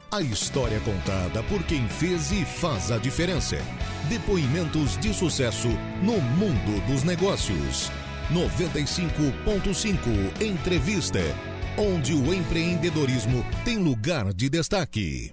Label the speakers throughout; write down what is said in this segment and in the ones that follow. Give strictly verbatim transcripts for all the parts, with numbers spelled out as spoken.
Speaker 1: A história contada por quem fez e faz a diferença. Depoimentos de sucesso no mundo dos negócios. noventa e cinco ponto cinco Entrevista, onde o empreendedorismo tem lugar de destaque.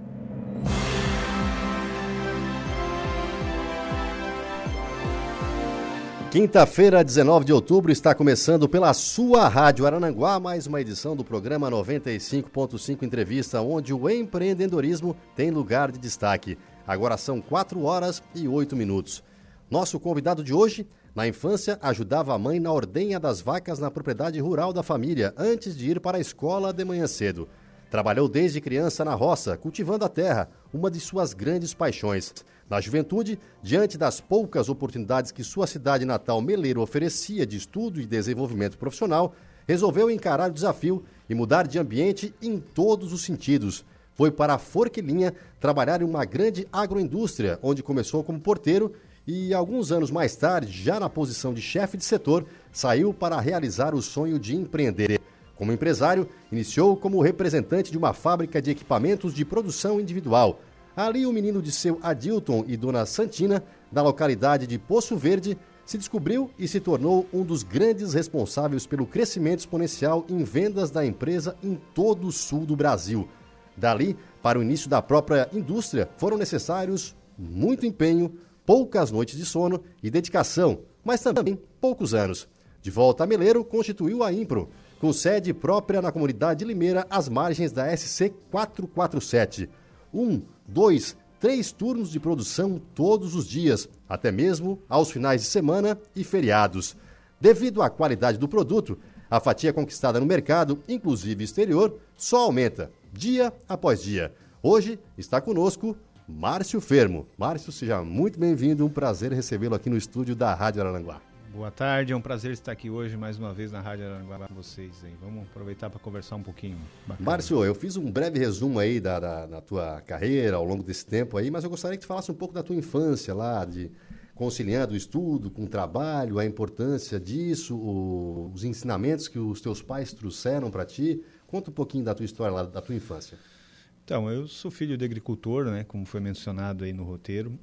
Speaker 2: Quinta-feira, dezenove de outubro, está começando pela sua Rádio Araranguá mais uma edição do programa noventa e cinco ponto cinco Entrevista, onde o empreendedorismo tem lugar de destaque. Agora são quatro horas e oito minutos. Nosso convidado de hoje, na infância, ajudava a mãe na ordenha das vacas na propriedade rural da família, antes de ir para a escola de manhã cedo. Trabalhou desde criança na roça, cultivando a terra, uma de suas grandes paixões. Na juventude, diante das poucas oportunidades que sua cidade natal Meleiro oferecia de estudo e desenvolvimento profissional, resolveu encarar o desafio e mudar de ambiente em todos os sentidos. Foi para a Forquilinha trabalhar em uma grande agroindústria, onde começou como porteiro e, alguns anos mais tarde, já na posição de chefe de setor, saiu para realizar o sonho de empreender. Como empresário, iniciou como representante de uma fábrica de equipamentos de produção individual. Ali, o menino de seu Adilton e dona Santina, da localidade de Poço Verde, se descobriu e se tornou um dos grandes responsáveis pelo crescimento exponencial em vendas da empresa em todo o sul do Brasil. Dali, para o início da própria indústria, foram necessários muito empenho, poucas noites de sono e dedicação, mas também poucos anos. De volta a Meleiro, constituiu a Impro, com sede própria na comunidade de Limeira, às margens da S C quatrocentos e quarenta e sete. Um, dois, três turnos de produção todos os dias, até mesmo aos finais de semana e feriados. Devido à qualidade do produto, a fatia conquistada no mercado, inclusive exterior, só aumenta, dia após dia. Hoje está conosco Márcio Fermo. Márcio, seja muito bem-vindo, um prazer recebê-lo aqui no estúdio da Rádio Araranguá.
Speaker 3: Boa tarde, é um prazer estar aqui hoje mais uma vez na Rádio Araranguá com vocês. Aí. Vamos aproveitar para conversar um pouquinho. Bacana.
Speaker 2: Márcio, eu fiz um breve resumo aí da, da, da tua carreira ao longo desse tempo aí, mas eu gostaria que tu falasse um pouco da tua infância lá, de conciliando o estudo com o trabalho, a importância disso, o, os ensinamentos que os teus pais trouxeram para ti. Conta um pouquinho da tua história lá, da tua infância.
Speaker 3: Então, eu sou filho de agricultor, né, como foi mencionado aí no roteiro.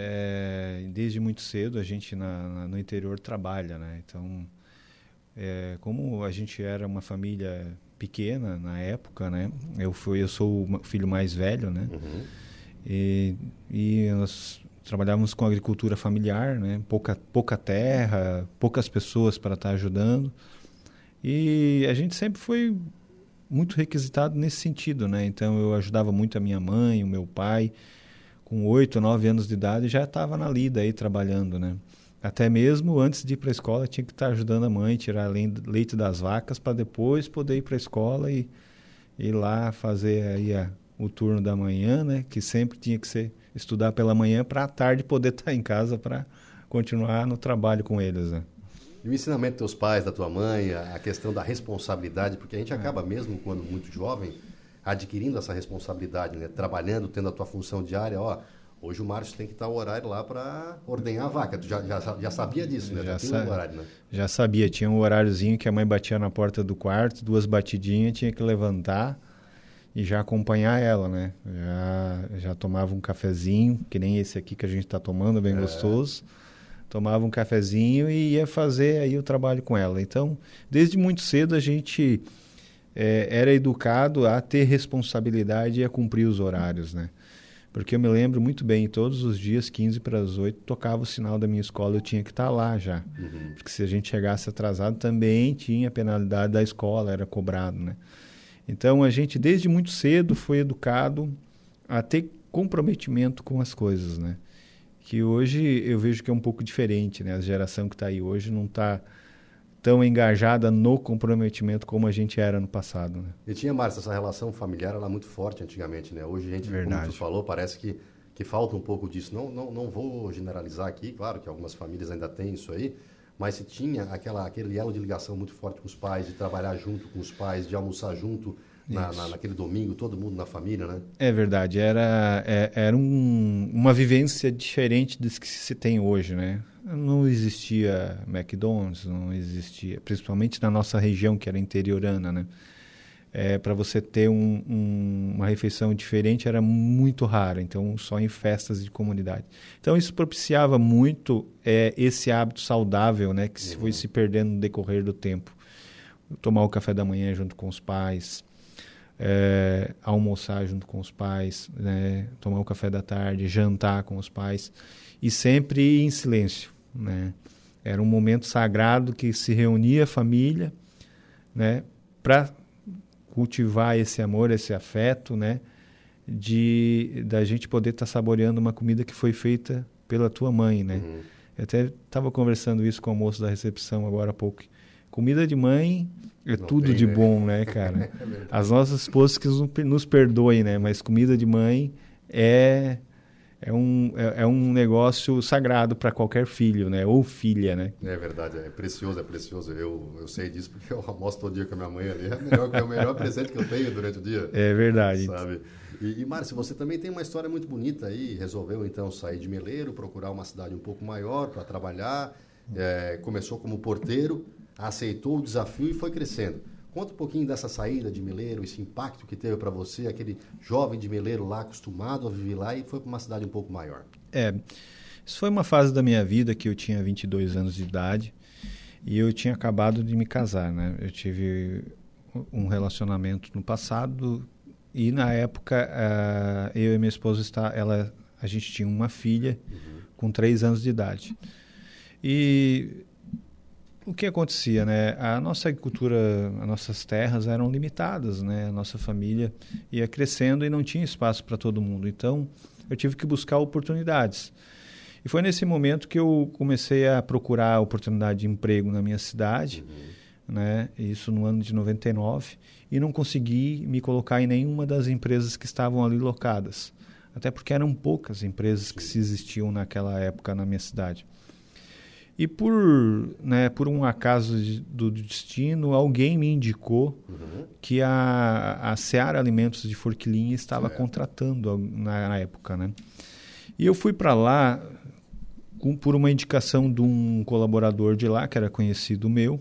Speaker 3: É, desde muito cedo a gente na, na, no interior trabalha, né? Então, é, como a gente era uma família pequena na época, né? Eu, fui, eu sou o filho mais velho, né? Uhum. E, e nós trabalhávamos com agricultura familiar, né? Pouca, pouca terra, poucas pessoas para estar ajudando. E a gente sempre foi muito requisitado nesse sentido, né? Então eu ajudava muito a minha mãe, o meu pai, com oito, nove anos de idade já estava na lida aí trabalhando, né? Até mesmo antes de ir para a escola tinha que estar ajudando a mãe, tirar leite das vacas para depois poder ir para a escola e ir lá fazer aí a, o turno da manhã, né? Que sempre tinha que ser estudar pela manhã para à tarde poder estar em casa para continuar no trabalho com eles, né?
Speaker 2: E o ensinamento dos teus pais, da tua mãe, a questão da responsabilidade, porque a gente acaba mesmo, quando muito jovem, adquirindo essa responsabilidade, né? Trabalhando, tendo a tua função diária, ó, hoje o Márcio tem que estar o horário lá para ordenhar a vaca. Tu já, já, já sabia disso, né?
Speaker 3: Já,
Speaker 2: já tinha um horário, né?
Speaker 3: Já sabia, tinha um horáriozinho que a mãe batia na porta do quarto, duas batidinhas, tinha que levantar e já acompanhar ela, né? Já, já tomava um cafezinho, que nem esse aqui que a gente está tomando, bem é. gostoso. Tomava um cafezinho e ia fazer aí o trabalho com ela. Então, desde muito cedo a gente é, era educado a ter responsabilidade e a cumprir os horários, né? Porque eu me lembro muito bem, todos os dias, quinze para as oito, tocava o sinal da minha escola, eu tinha que estar lá já. Uhum. Porque se a gente chegasse atrasado, também tinha penalidade da escola, era cobrado, né? Então, a gente, desde muito cedo, foi educado a ter comprometimento com as coisas, né? Que hoje eu vejo que é um pouco diferente, né? A geração que está aí hoje não está tão engajada no comprometimento como a gente era no passado, né?
Speaker 2: E tinha, Márcio, essa relação familiar era muito forte antigamente, né? Hoje a gente,
Speaker 3: Verdade.
Speaker 2: Como tu falou, parece que, que falta um pouco disso. Não, não, não vou generalizar aqui, claro que algumas famílias ainda têm isso aí, mas se tinha aquela, aquele elo de ligação muito forte com os pais, de trabalhar junto com os pais, de almoçar junto na, na, naquele domingo, todo mundo na família, né? É
Speaker 3: verdade, era, é, era um, uma vivência diferente das que se tem hoje, né? Não existia McDonald's, não existia, principalmente na nossa região, que era interiorana, né? é, para você ter um, um, uma refeição diferente era muito raro, então só em festas de comunidade. Então isso propiciava muito é, esse hábito saudável, né, que uhum. foi se perdendo no decorrer do tempo. Tomar o café da manhã junto com os pais, é, almoçar junto com os pais, né, tomar o café da tarde, jantar com os pais e sempre em silêncio, né? Era um momento sagrado que se reunia a família, né, para cultivar esse amor, esse afeto, né, de da gente poder estar tá saboreando uma comida que foi feita pela tua mãe, né? Uhum. Eu até estava conversando isso com o moço da recepção agora há pouco. Comida de mãe é Não tudo tem, de né? bom, né, cara? É As nossas esposas que nos perdoem, né? Mas comida de mãe é é um é, é um negócio sagrado para qualquer filho, né? Ou filha, né?
Speaker 2: É verdade, é precioso, é precioso. Eu, eu sei disso porque eu almoço todo dia com a minha mãe ali. É o melhor, é o melhor presente que eu tenho durante o dia.
Speaker 3: É verdade.
Speaker 2: Sabe? E, e Márcio, você também tem uma história muito bonita aí. Resolveu então sair de Meleiro, procurar uma cidade um pouco maior para trabalhar. É, começou como porteiro, aceitou o desafio e foi crescendo. Conta um pouquinho dessa saída de Meleiro, esse impacto que teve para você, aquele jovem de Meleiro lá, acostumado a viver lá e foi para uma cidade um pouco maior.
Speaker 3: É, isso foi uma fase da minha vida que eu tinha vinte e dois anos de idade e eu tinha acabado de me casar, né? Eu tive um relacionamento no passado e na época uh, eu e minha esposa, está, ela, a gente tinha uma filha uhum. com três anos de idade. E o que acontecia, né? A nossa agricultura, as nossas terras eram limitadas, né? A nossa família ia crescendo e não tinha espaço para todo mundo. Então, eu tive que buscar oportunidades. E foi nesse momento que eu comecei a procurar oportunidade de emprego na minha cidade, uhum. né? Isso no ano de noventa e nove, e não consegui me colocar em nenhuma das empresas que estavam ali locadas. Até porque eram poucas empresas que se existiam naquela época na minha cidade. E por, né, por um acaso de, do destino, alguém me indicou uhum. que a, a Seara Alimentos de Forquilinha estava é. contratando na, na época, né? E eu fui para lá com, por uma indicação de um colaborador de lá, que era conhecido meu,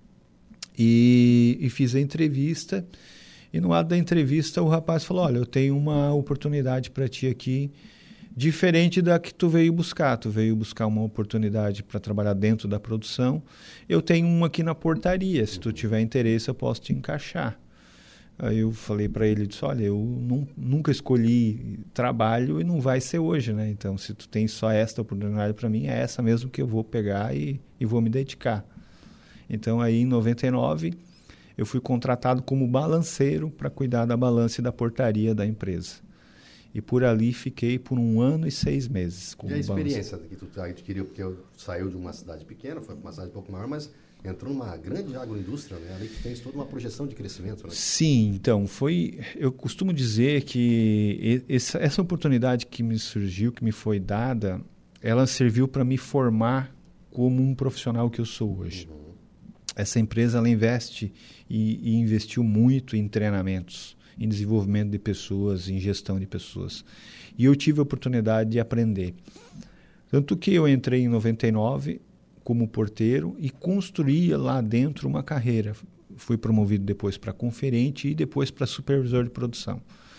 Speaker 3: e, e fiz a entrevista. E no lado da entrevista o rapaz falou, olha, eu tenho uma oportunidade para ti aqui, diferente da que tu veio buscar. Tu veio buscar uma oportunidade para trabalhar dentro da produção. Eu tenho uma aqui na portaria. Se tu tiver interesse, eu posso te encaixar. Aí eu falei para ele, disse, olha, eu não, nunca escolhi trabalho e não vai ser hoje, né? Então, se tu tem só esta oportunidade para mim, é essa mesmo que eu vou pegar e, e vou me dedicar. Então, aí em noventa e nove, eu fui contratado como balanceiro para cuidar da balança e da portaria da empresa. E por ali fiquei por um ano e seis meses.
Speaker 2: E a experiência balança. que tu adquiriu, porque eu saiu de uma cidade pequena, foi para uma cidade um pouco maior, mas entrou numa grande agroindústria, né? Ali que tem toda uma projeção de crescimento, né?
Speaker 3: Sim, então, foi... Eu costumo dizer que essa, essa oportunidade que me surgiu, que me foi dada, ela serviu para me formar como um profissional que eu sou hoje. Uhum. Essa empresa, ela investe e, e investiu muito em treinamentos, em desenvolvimento de pessoas, em gestão de pessoas. E eu tive a oportunidade de aprender. Tanto que eu entrei em noventa e nove como porteiro e construía lá dentro uma carreira. Fui promovido depois para conferente e depois para supervisor de produção.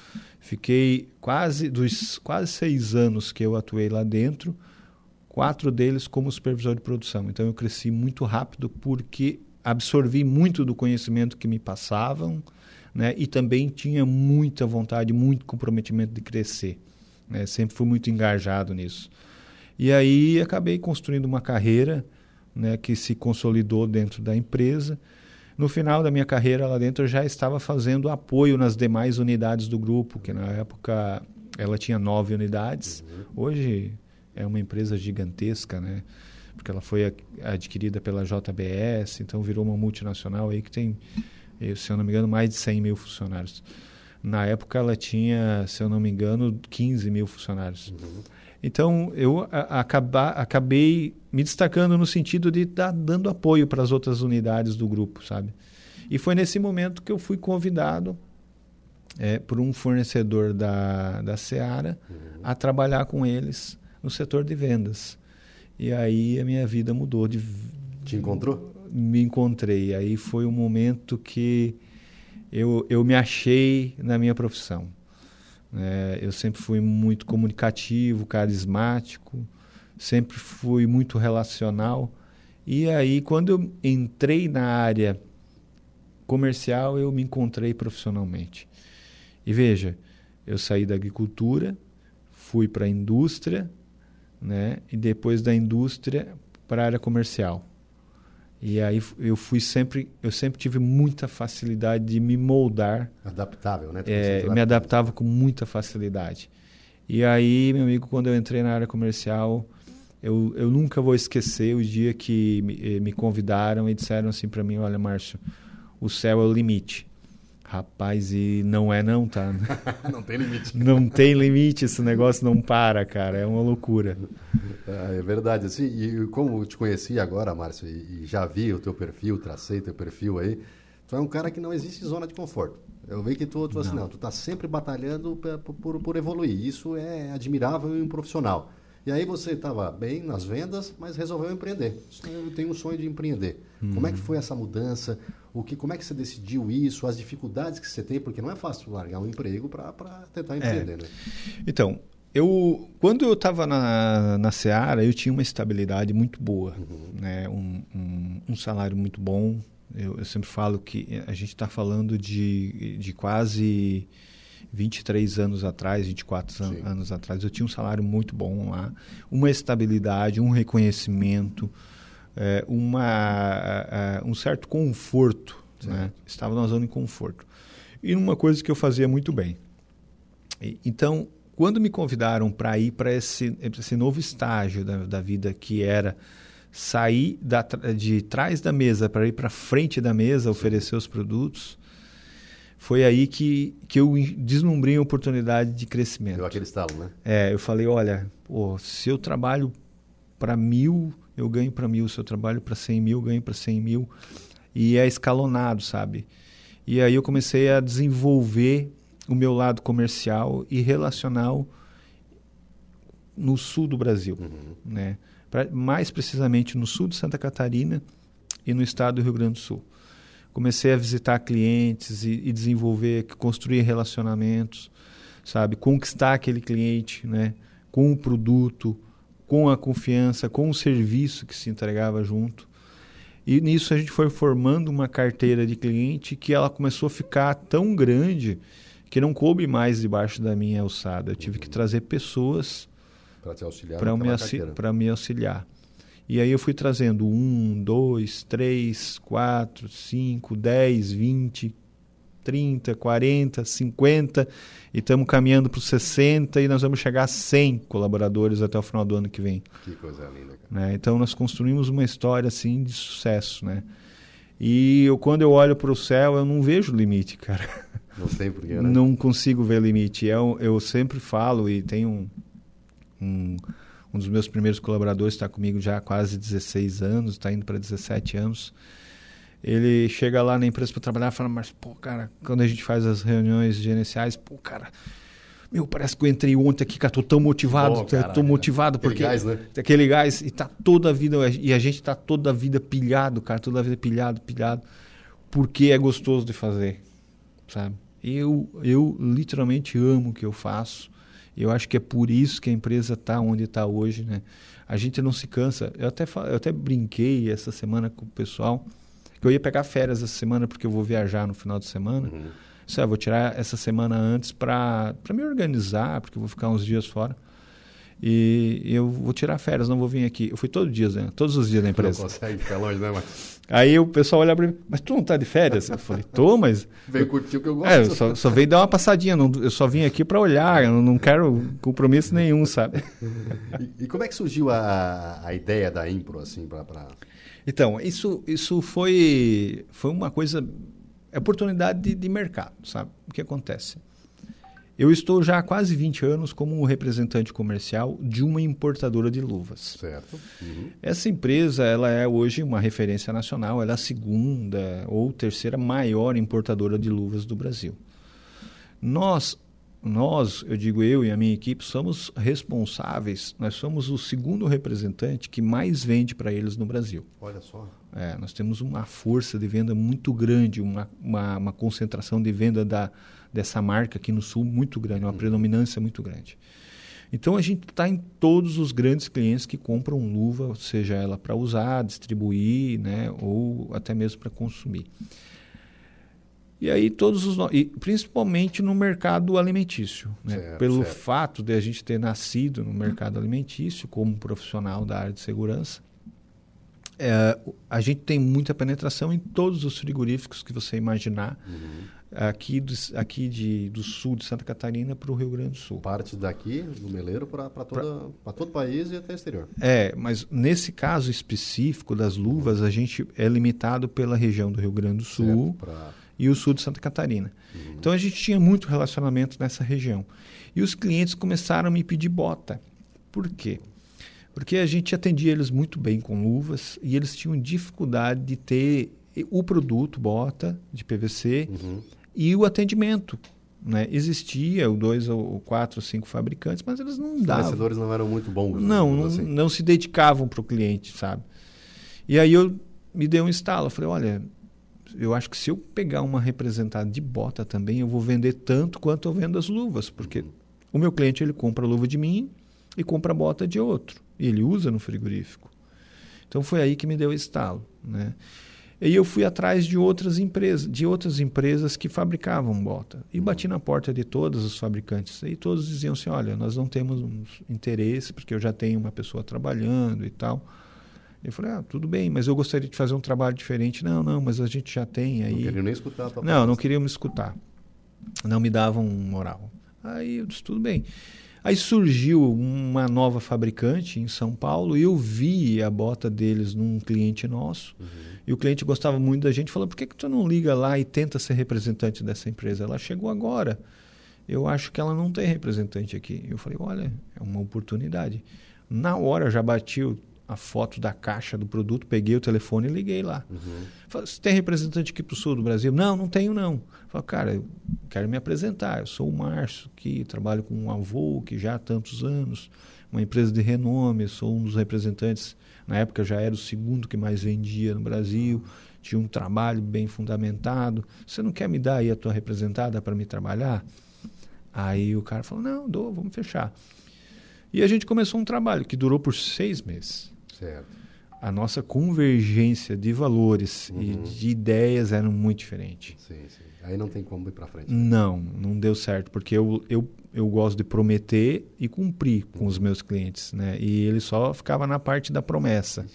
Speaker 3: Fiquei quase, dos quase seis anos que eu atuei lá dentro, quatro deles como supervisor de produção. Então eu cresci muito rápido porque absorvi muito do conhecimento que me passavam, né? E também tinha muita vontade, muito comprometimento de crescer, né? Sempre fui muito engajado nisso. E aí acabei construindo uma carreira, né, que se consolidou dentro da empresa. No final da minha carreira lá dentro eu já estava fazendo apoio nas demais unidades do grupo, que na época ela tinha nove unidades. Uhum. Hoje é uma empresa gigantesca, né? Porque ela foi adquirida pela J B S, então virou uma multinacional aí que tem, se eu não me engano, mais de cem mil funcionários. Na época ela tinha, se eu não me engano, quinze mil funcionários. Uhum. Então eu a, acaba, acabei me destacando no sentido de estar dando apoio para as outras unidades do grupo, sabe? E foi nesse momento que eu fui convidado é, por um fornecedor da, da Seara uhum. a trabalhar com eles no setor de vendas. E aí a minha vida mudou. De,
Speaker 2: Te encontrou?
Speaker 3: Me encontrei. Aí foi um momento que eu, eu me achei na minha profissão. É, eu sempre fui muito comunicativo, carismático, sempre fui muito relacional. E aí, quando eu entrei na área comercial, eu me encontrei profissionalmente. E veja, eu saí da agricultura, fui para a indústria, né? E depois da indústria para a área comercial. E aí eu fui sempre, eu sempre tive muita facilidade de me moldar.
Speaker 2: Adaptável, né?
Speaker 3: É, eu me adaptava com muita facilidade. E aí, meu amigo, quando eu entrei na área comercial, eu, eu nunca vou esquecer o dia que me, me convidaram e disseram assim para mim, olha, Márcio, o céu é o limite. Rapaz, e não é não, tá?
Speaker 2: Não tem limite.
Speaker 3: Não tem limite, esse negócio não para, cara, é uma loucura.
Speaker 2: É verdade, assim, e como eu te conheci agora, Márcio, e, e já vi o teu perfil, tracei teu perfil aí, tu é um cara que não existe zona de conforto. Eu vejo que tu, tu, assim, não, tu tá sempre batalhando por, por, por evoluir, isso é admirável em um profissional. E aí você estava bem nas vendas, mas resolveu empreender. Eu tenho um sonho de empreender. Hum. Como é que foi essa mudança? O que, como é que você decidiu isso? As dificuldades que você tem? Porque não é fácil largar um emprego para tentar empreender, é. né?
Speaker 3: Então, eu, quando eu estava na, na Seara, eu tinha uma estabilidade muito boa, uhum. né? um, um, um salário muito bom. Eu, eu sempre falo que a gente está falando de, de quase vinte e três anos atrás, vinte e quatro Sim. anos atrás, eu tinha um salário muito bom lá, uma estabilidade, um reconhecimento, é, uma, uh, um certo conforto, né? Estava numa zona de conforto. E uma coisa que eu fazia muito bem. E, então, quando me convidaram para ir para esse, esse novo estágio da, da vida, que era sair da, de trás da mesa para ir para frente da mesa, oferecer os produtos, foi aí que, que eu deslumbrei a oportunidade de crescimento.
Speaker 2: Deu aquele estalo, né?
Speaker 3: É, eu falei, olha, pô, se eu trabalho para mil, eu ganho para mil. Se eu trabalho para cem mil, eu ganho para cem mil. E é escalonado, sabe? E aí eu comecei a desenvolver o meu lado comercial e relacional no sul do Brasil, uhum. né? Pra, mais precisamente no sul de Santa Catarina e no estado do Rio Grande do Sul. Comecei a visitar clientes e, e desenvolver, construir relacionamentos, sabe? Conquistar aquele cliente, né? Com o produto, com a confiança, com o serviço que se entregava junto. E nisso a gente foi formando uma carteira de cliente que ela começou a ficar tão grande que não coube mais debaixo da minha alçada. Eu tive que trazer pessoas
Speaker 2: para te auxiliar,
Speaker 3: para me, auxili- me auxiliar. E aí eu fui trazendo um, dois, três, quatro, cinco, dez, vinte, trinta, quarenta, cinquenta e estamos caminhando para os sessenta e nós vamos chegar a cem colaboradores até o final do ano que vem.
Speaker 2: Que coisa linda, cara.
Speaker 3: Né? Então nós construímos uma história assim de sucesso, né? E eu, quando eu olho para o céu, eu não vejo limite, cara.
Speaker 2: Não sei porquê, né?
Speaker 3: Não consigo ver limite. Eu, eu sempre falo e tenho um... um Um dos meus primeiros colaboradores está comigo já há quase dezesseis anos, está indo para dezessete anos. Ele chega lá na empresa para trabalhar e fala, mas, pô, cara, quando a gente faz as reuniões gerenciais, pô, cara, meu, parece que eu entrei ontem aqui, cara, tô tão motivado, Bom, cara, tô motivado
Speaker 2: aquele
Speaker 3: porque...
Speaker 2: Gás, né?
Speaker 3: Aquele gás, e tá toda a vida, e a gente tá toda a vida pilhado, cara, toda a vida pilhado, pilhado, porque é gostoso de fazer, sabe? Eu, eu literalmente amo o que eu faço. Eu acho que é por isso que a empresa está onde está hoje, né? A gente não se cansa. Eu até, eu até brinquei essa semana com o pessoal que eu ia pegar férias essa semana porque eu vou viajar no final de semana. Uhum. Isso é, eu vou tirar essa semana antes para me organizar, porque eu vou ficar uns dias fora. E eu vou tirar férias, não vou vir aqui. Eu fui todos os dias, né? Todos os dias na empresa.
Speaker 2: Não consegue ficar longe, né, Marcos?
Speaker 3: Aí o pessoal olha para mim, mas tu não tá de férias? Eu falei, tô, mas...
Speaker 2: Vem curtir o que eu gosto.
Speaker 3: É, eu só, só veio dar uma passadinha, não, eu só vim aqui para olhar, eu não, não quero compromisso nenhum, sabe?
Speaker 2: E, e como é que surgiu a, a ideia da Impro, assim, para... Pra...
Speaker 3: Então, isso, isso foi, foi uma coisa, é oportunidade de, de mercado, sabe? O que acontece? Eu estou já há quase vinte anos como representante comercial de uma importadora de luvas.
Speaker 2: Certo. Uhum.
Speaker 3: Essa empresa, ela é hoje uma referência nacional, ela é a segunda ou terceira maior importadora de luvas do Brasil. Nós nós, eu digo eu e a minha equipe, somos responsáveis, nós somos o segundo representante que mais vende para eles no Brasil.
Speaker 2: Olha só.
Speaker 3: É, nós temos uma força de venda muito grande, uma, uma, uma concentração de venda da, dessa marca aqui no Sul muito grande, uma uhum. predominância muito grande. Então, a gente está em todos os grandes clientes que compram luva, seja ela para usar, distribuir, né, ou até mesmo para consumir. E aí, todos os... E principalmente no mercado alimentício. Né?
Speaker 2: Certo,
Speaker 3: Pelo
Speaker 2: certo.
Speaker 3: fato de a gente ter nascido no mercado alimentício como profissional da área de segurança, é, a gente tem muita penetração em todos os frigoríficos que você imaginar, uhum. aqui, do, aqui de, do sul de Santa Catarina para o Rio Grande do Sul.
Speaker 2: Parte daqui, do Meleiro, para todo o país e até o exterior.
Speaker 3: É, mas nesse caso específico das luvas, uhum. a gente é limitado pela região do Rio Grande do Sul certo, pra... e o sul de Santa Catarina. Uhum. Então, a gente tinha muito relacionamento nessa região. E os clientes começaram a me pedir bota. Por quê? Porque a gente atendia eles muito bem com luvas e eles tinham dificuldade de ter o produto, bota, de P V C, uhum. e o atendimento. Né? Existia o dois, ou quatro, ou cinco fabricantes, mas eles não davam. Os
Speaker 2: fornecedores não eram muito bons.
Speaker 3: Não, não, assim. não se dedicavam para o cliente, sabe? E aí eu me dei um estalo. Eu falei, olha, eu acho que se eu pegar uma representada de bota também, eu vou vender tanto quanto eu vendo as luvas. Porque uhum. o meu cliente, ele compra a luva de mim e compra a bota de outro. E ele usa no frigorífico. Então, foi aí que me deu o estalo, né? E eu fui atrás de outras empresas, de outras empresas que fabricavam bota. E bati na porta de todos os fabricantes. E todos diziam assim, olha, nós não temos interesse, porque eu já tenho uma pessoa trabalhando e tal. Eu falei, ah, tudo bem, mas eu gostaria de fazer um trabalho diferente. Não, não, mas a gente já tem aí... Não
Speaker 2: queriam nem escutar a tua
Speaker 3: Não, não queriam me escutar. Não me davam moral. Aí eu disse, tudo bem. Aí surgiu uma nova fabricante em São Paulo e eu vi a bota deles num cliente nosso. Uhum. E o cliente gostava muito da gente e falou, por que, que tu não liga lá e tenta ser representante dessa empresa? Ela chegou agora. Eu acho que ela não tem representante aqui. Eu falei, olha, é uma oportunidade. Na hora já bati a foto da caixa do produto, peguei o telefone e liguei lá. Uhum. Falei, você tem representante aqui para o sul do Brasil? Não, não tenho não. Falei, cara, eu quero me apresentar. Eu sou o Márcio, que trabalho com um avô que já há tantos anos, uma empresa de renome, sou um dos representantes. Na época eu já era o segundo que mais vendia no Brasil, tinha um trabalho bem fundamentado. Você não quer me dar aí a tua representada para me trabalhar? Aí o cara falou, não, dou, vamos fechar. E a gente começou um trabalho que durou por seis meses.
Speaker 2: Certo.
Speaker 3: A nossa convergência de valores uhum. e de ideias era muito diferente.
Speaker 2: Sim, sim. Aí não tem como ir para frente.
Speaker 3: Não, não deu certo, porque eu, eu, eu gosto de prometer e cumprir com uhum. os meus clientes, né? E ele só ficava na parte da promessa.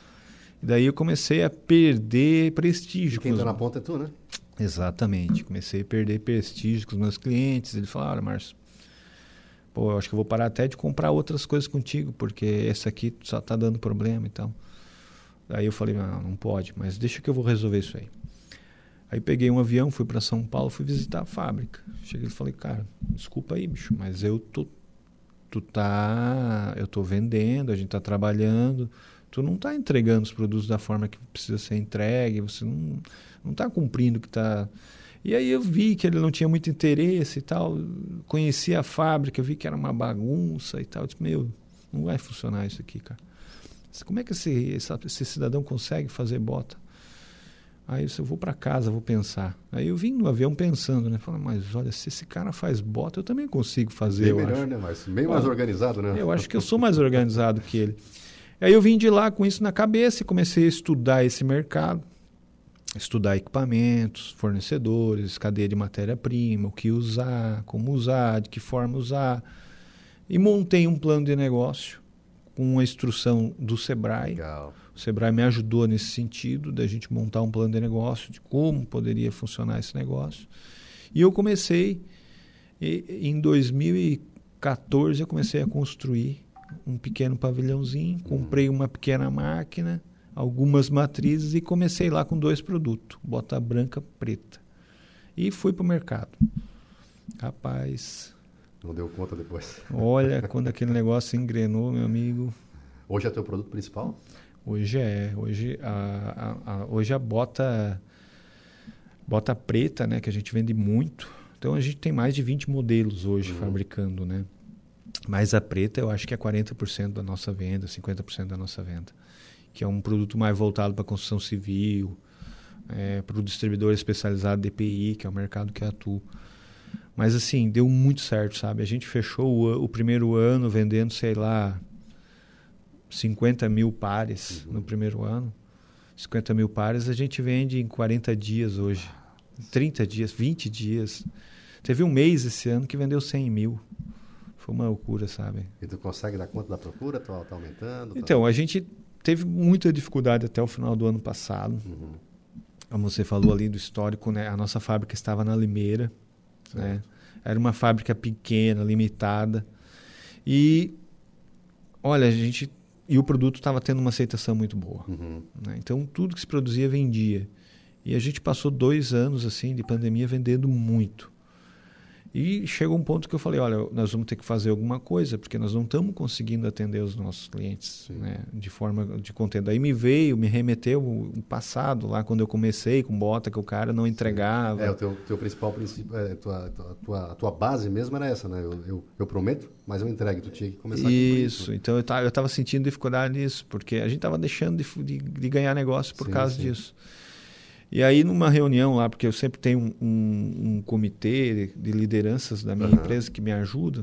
Speaker 3: E daí eu comecei a perder prestígio.
Speaker 2: E quem
Speaker 3: está
Speaker 2: os... na ponta é tu, né?
Speaker 3: Exatamente. Comecei a perder prestígio com os meus clientes. Ele falou, olha, Márcio, pô, eu acho que eu vou parar até de comprar outras coisas contigo, porque esse aqui só está dando problema e tal. Aí eu falei, não, não pode, mas deixa que eu vou resolver isso aí. Aí peguei um avião, fui para São Paulo, fui visitar a fábrica. Cheguei e falei, cara, desculpa aí, bicho, mas eu tô, tu tá, eu tô vendendo, a gente tá trabalhando, tu não tá entregando os produtos da forma que precisa ser entregue, você não, não tá cumprindo o que tá... E aí eu vi que ele não tinha muito interesse e tal, conheci a fábrica, eu vi que era uma bagunça e tal, eu disse, meu, não vai funcionar isso aqui, cara. Como é que esse, esse cidadão consegue fazer bota? Aí eu disse, eu vou para casa, vou pensar. Aí eu vim no avião pensando, né? Falei, mas olha, se esse cara faz bota, eu também consigo fazer,
Speaker 2: bem
Speaker 3: eu
Speaker 2: melhor,
Speaker 3: acho.
Speaker 2: né, Márcio? Bem mais
Speaker 3: ah,
Speaker 2: organizado, né?
Speaker 3: Eu acho que eu sou mais organizado que ele. Aí eu vim de lá com isso na cabeça e comecei a estudar esse mercado. Estudar equipamentos, fornecedores, cadeia de matéria-prima, o que usar, como usar, de que forma usar. E montei um plano de negócio com a instrução do Sebrae.
Speaker 2: Legal.
Speaker 3: O Sebrae me ajudou nesse sentido, da gente montar um plano de negócio, de como poderia funcionar esse negócio. E eu comecei, e, em dois mil e quatorze, eu comecei a construir um pequeno pavilhãozinho, comprei uma pequena máquina, algumas matrizes e comecei lá com dois produtos, bota branca, preta. E fui para o mercado. Rapaz...
Speaker 2: Não deu conta depois.
Speaker 3: Olha, quando aquele negócio engrenou, meu amigo...
Speaker 2: Hoje é teu produto principal?
Speaker 3: Hoje é. Hoje a, a, a, hoje a bota, bota preta, né, que a gente vende muito, Então a gente tem mais de vinte modelos hoje uhum. fabricando, né? Mas a preta eu acho que é quarenta por cento da nossa venda, cinquenta por cento da nossa venda. Que é um produto mais voltado para a construção civil, é, para o distribuidor especializado D P I, que é o mercado que atua. Mas assim, deu muito certo, sabe? A gente fechou o, o primeiro ano vendendo, sei lá, cinquenta mil pares uhum. no primeiro ano. cinquenta mil pares a gente vende em quarenta dias hoje. trinta dias, vinte dias. Teve um mês esse ano que vendeu cem mil. Foi uma loucura, sabe?
Speaker 2: E tu consegue dar conta da procura? Tá, tá aumentando? Tá...
Speaker 3: Então, a gente teve muita dificuldade até o final do ano passado. Uhum. Como você falou ali do histórico, né? A nossa fábrica estava na Limeira. Né? Era uma fábrica pequena, limitada. E, olha, a gente... E o produto estava tendo uma aceitação muito boa. Uhum. Né? Então, tudo que se produzia, vendia. E a gente passou dois anos assim de pandemia vendendo muito. E chegou um ponto que eu falei, olha, nós vamos ter que fazer alguma coisa, porque nós não estamos conseguindo atender os nossos clientes, né, de forma de conteúdo. Aí me veio, me remeteu o passado, lá quando eu comecei com bota, que o cara não entregava.
Speaker 2: Sim. É, o teu, teu principal princípio, é, tua, tua, tua, tua base mesmo era essa, né? Eu, eu, eu prometo, mas eu entrego, tu tinha que começar
Speaker 3: isso,
Speaker 2: com isso.
Speaker 3: Então eu estava eu tava sentindo dificuldade nisso, porque a gente estava deixando de, de, de ganhar negócio por sim, causa sim. disso. E aí, numa reunião lá, porque eu sempre tenho um, um, um comitê de lideranças da minha uhum. empresa que me ajuda,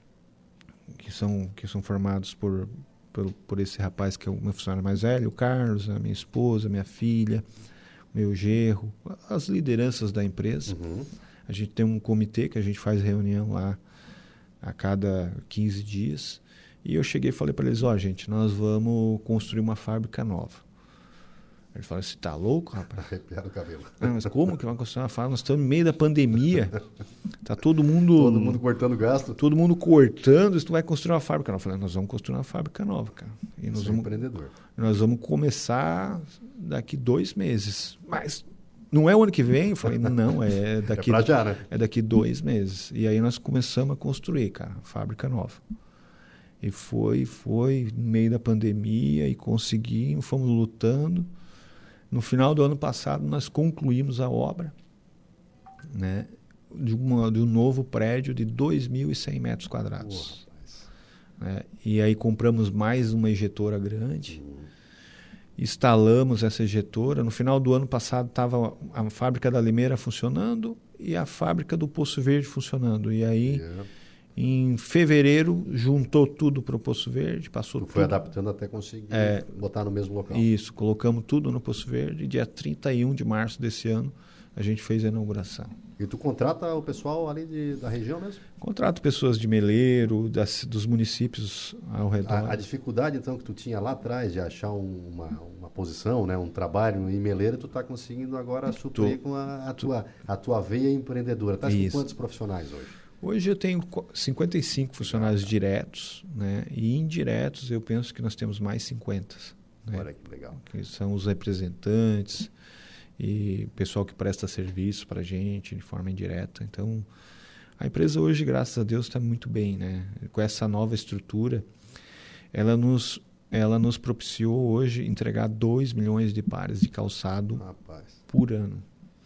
Speaker 3: que são, que são formados por, por, por esse rapaz que é o meu funcionário mais velho, o Carlos, a minha esposa, minha filha, meu genro, as lideranças da empresa. Uhum. A gente tem um comitê que a gente faz reunião lá a cada quinze dias. E eu cheguei e falei para eles, ó, oh, gente, nós vamos construir uma fábrica nova. Ele falou, você tá louco, rapaz?
Speaker 2: Arrepiar o cabelo.
Speaker 3: Ah, mas como que vai construir uma fábrica? Nós estamos no meio da pandemia. Tá todo mundo...
Speaker 2: Todo mundo cortando gasto.
Speaker 3: Todo mundo cortando. Você vai construir uma fábrica nova. Eu falei, nós vamos construir uma fábrica nova, cara. E nós vamos,
Speaker 2: empreendedor.
Speaker 3: Nós vamos começar daqui dois meses. Mas não é o ano que vem? Eu falei, não, é daqui...
Speaker 2: É pra já, né?
Speaker 3: É daqui dois meses. E aí nós começamos a construir, cara, a fábrica nova. E foi, foi no meio da pandemia e conseguimos, fomos lutando. No final do ano passado, nós concluímos a obra, né, de, uma, de um novo prédio de dois mil e cem metros quadrados. Boa, né, e aí compramos mais uma injetora grande, uhum. instalamos essa injetora. No final do ano passado, estava a fábrica da Limeira funcionando e a fábrica do Poço Verde funcionando. E aí... Yeah. Em fevereiro, juntou tudo para o Poço Verde, passou tudo.
Speaker 2: Foi adaptando até conseguir é, botar no mesmo local.
Speaker 3: Isso, colocamos tudo no Poço Verde. Dia trinta e um de março desse ano, a gente fez a inauguração.
Speaker 2: E tu contrata o pessoal ali de, da região mesmo?
Speaker 3: Contrato pessoas de Meleiro, das, dos municípios ao redor.
Speaker 2: A, a dificuldade, então, que tu tinha lá atrás de achar um, uma, uma posição, né, um trabalho em Meleiro, tu está conseguindo agora suprir tô, com a, a, tua, a tua veia empreendedora. Está com quantos profissionais hoje?
Speaker 3: Hoje eu tenho cinquenta e cinco funcionários diretos, né? E indiretos eu penso que nós temos mais cinquenta. Né?
Speaker 2: Olha que legal.
Speaker 3: Que são os representantes e pessoal que presta serviço para a gente de forma indireta. Então, a empresa hoje, graças a Deus, está muito bem, né? Com essa nova estrutura, ela nos, ela nos propiciou hoje entregar dois milhões de pares de calçado
Speaker 2: Rapaz.
Speaker 3: por ano.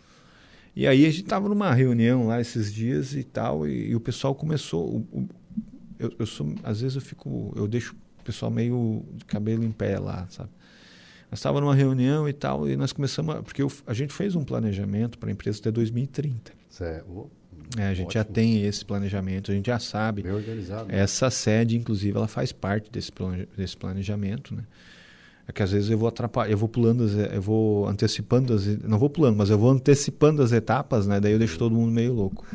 Speaker 3: E aí a gente estava numa reunião lá esses dias e tal, e, e o pessoal começou... O, o, eu, eu sou, às vezes eu fico... Eu deixo o pessoal meio de cabelo em pé lá, sabe? Nós estávamos numa reunião e tal, e nós começamos... A, porque eu, a gente fez um planejamento para a empresa até dois mil e trinta.
Speaker 2: Certo.
Speaker 3: É, a gente Ótimo. já tem esse planejamento, a gente já sabe.
Speaker 2: Bem organizado.
Speaker 3: Essa sede, inclusive, ela faz parte desse, plane, desse planejamento, né? É que às vezes eu vou atrapalhar, eu vou pulando, as, eu vou antecipando, as, não vou pulando, mas eu vou antecipando as etapas, né? Daí eu deixo todo mundo meio louco.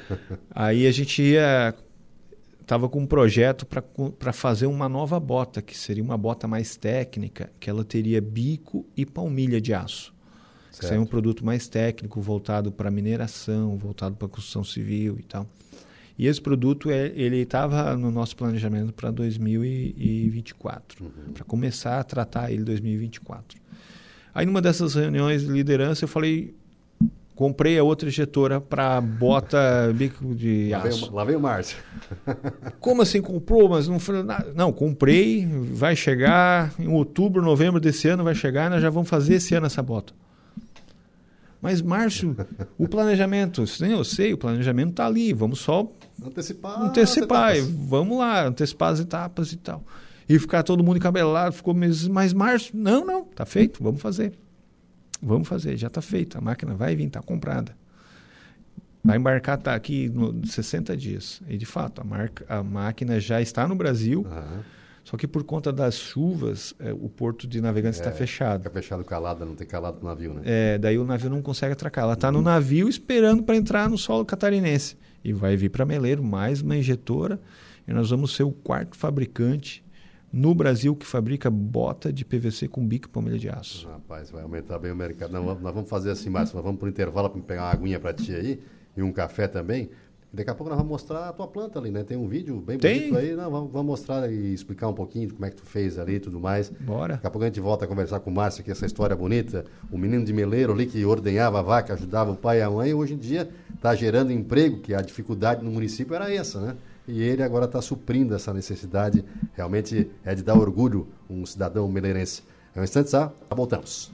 Speaker 3: Aí a gente ia, estava com um projeto para fazer uma nova bota, que seria uma bota mais técnica, que ela teria bico e palmilha de aço. Certo. Seria um produto mais técnico, voltado para mineração, voltado para construção civil e tal. E esse produto, ele estava no nosso planejamento para dois mil e vinte e quatro, uhum. para começar a tratar ele em dois mil e vinte e quatro. Aí, numa dessas reuniões de liderança, eu falei, comprei a outra injetora para bota bico de
Speaker 2: lá
Speaker 3: aço.
Speaker 2: Veio, lá veio o Márcio.
Speaker 3: Como assim comprou? Mas não falei nada. Não, comprei, vai chegar em outubro, novembro desse ano, vai chegar e nós já vamos fazer esse ano essa bota. Mas, Márcio, o planejamento, sim, eu sei, o planejamento está ali, vamos só
Speaker 2: antecipar,
Speaker 3: antecipar vamos lá, antecipar as etapas e tal. E ficar todo mundo encabelado, ficou meses, mas, Márcio, não, não, está feito, vamos fazer. Vamos fazer, já está feito, a máquina vai vir, está comprada. Vai embarcar, está aqui no sessenta dias. E, de fato, a, marca, a máquina já está no Brasil, uhum. Só que por conta das chuvas, é, o porto de Navegantes está é, fechado.
Speaker 2: Fica fechado calada, não tem calado no navio, né?
Speaker 3: É, daí o navio não consegue atracar. Ela está uhum. no navio esperando para entrar no solo catarinense. E vai vir para Meleiro mais uma injetora. E nós vamos ser o quarto fabricante no Brasil que fabrica bota de P V C com bico e palmilha de aço.
Speaker 2: Rapaz, vai aumentar bem o mercado. Não, nós vamos fazer assim, Márcio, nós vamos para o intervalo para pegar uma aguinha para ti aí e um café também. Daqui a pouco nós vamos mostrar a tua planta ali, né? Tem um vídeo bem
Speaker 3: Tem.
Speaker 2: bonito aí. Não, vamos, vamos mostrar e explicar um pouquinho de como é que tu fez ali e tudo mais.
Speaker 3: Bora.
Speaker 2: Daqui a pouco a gente volta a conversar com o Márcio aqui, essa história bonita. O menino de Meleiro ali que ordenhava a vaca, ajudava o pai e a mãe, hoje em dia está gerando emprego, que a dificuldade no município era essa, né? E ele agora está suprindo essa necessidade. Realmente é de dar orgulho um cidadão meleirense. É um instante só, voltamos.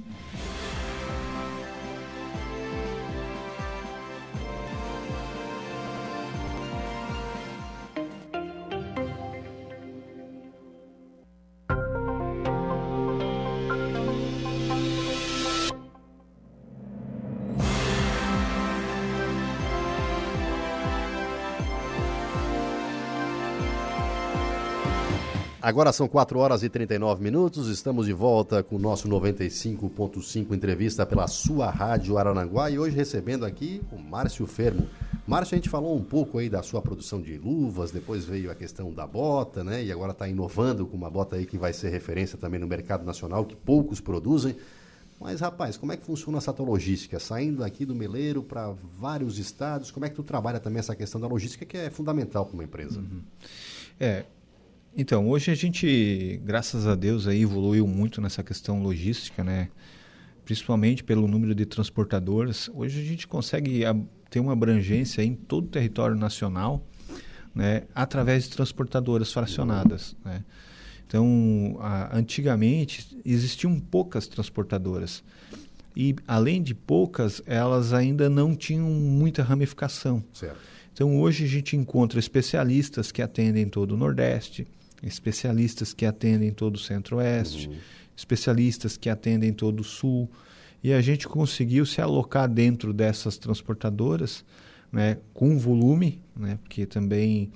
Speaker 2: Agora são quatro horas e trinta e nove minutos, estamos de volta com o nosso noventa e cinco ponto cinco entrevista pela sua Rádio Araranguá e hoje recebendo aqui o Márcio Fermo. Márcio, a gente falou um pouco aí da sua produção de luvas, depois veio a questão da bota, né? E agora está inovando com uma bota aí que vai ser referência também no mercado nacional, que poucos produzem. Mas, rapaz, como é que funciona essa tua logística? Saindo aqui do Meleiro para vários estados, como é que tu trabalha também essa questão da logística que é fundamental para uma empresa?
Speaker 3: Uhum. É... Então, hoje a gente, graças a Deus, aí evoluiu muito nessa questão logística, né? Principalmente pelo número de transportadoras. Hoje a gente consegue ter uma abrangência em todo o território nacional, né? Através de transportadoras fracionadas, né? Então, a, antigamente existiam poucas transportadoras e, além de poucas, elas ainda não tinham muita ramificação.
Speaker 2: Certo.
Speaker 3: Então, hoje a gente encontra especialistas que atendem todo o Nordeste, especialistas que atendem todo o Centro-Oeste, uhum. especialistas que atendem todo o Sul, e a gente conseguiu se alocar dentro dessas transportadoras, né, com volume, né, porque também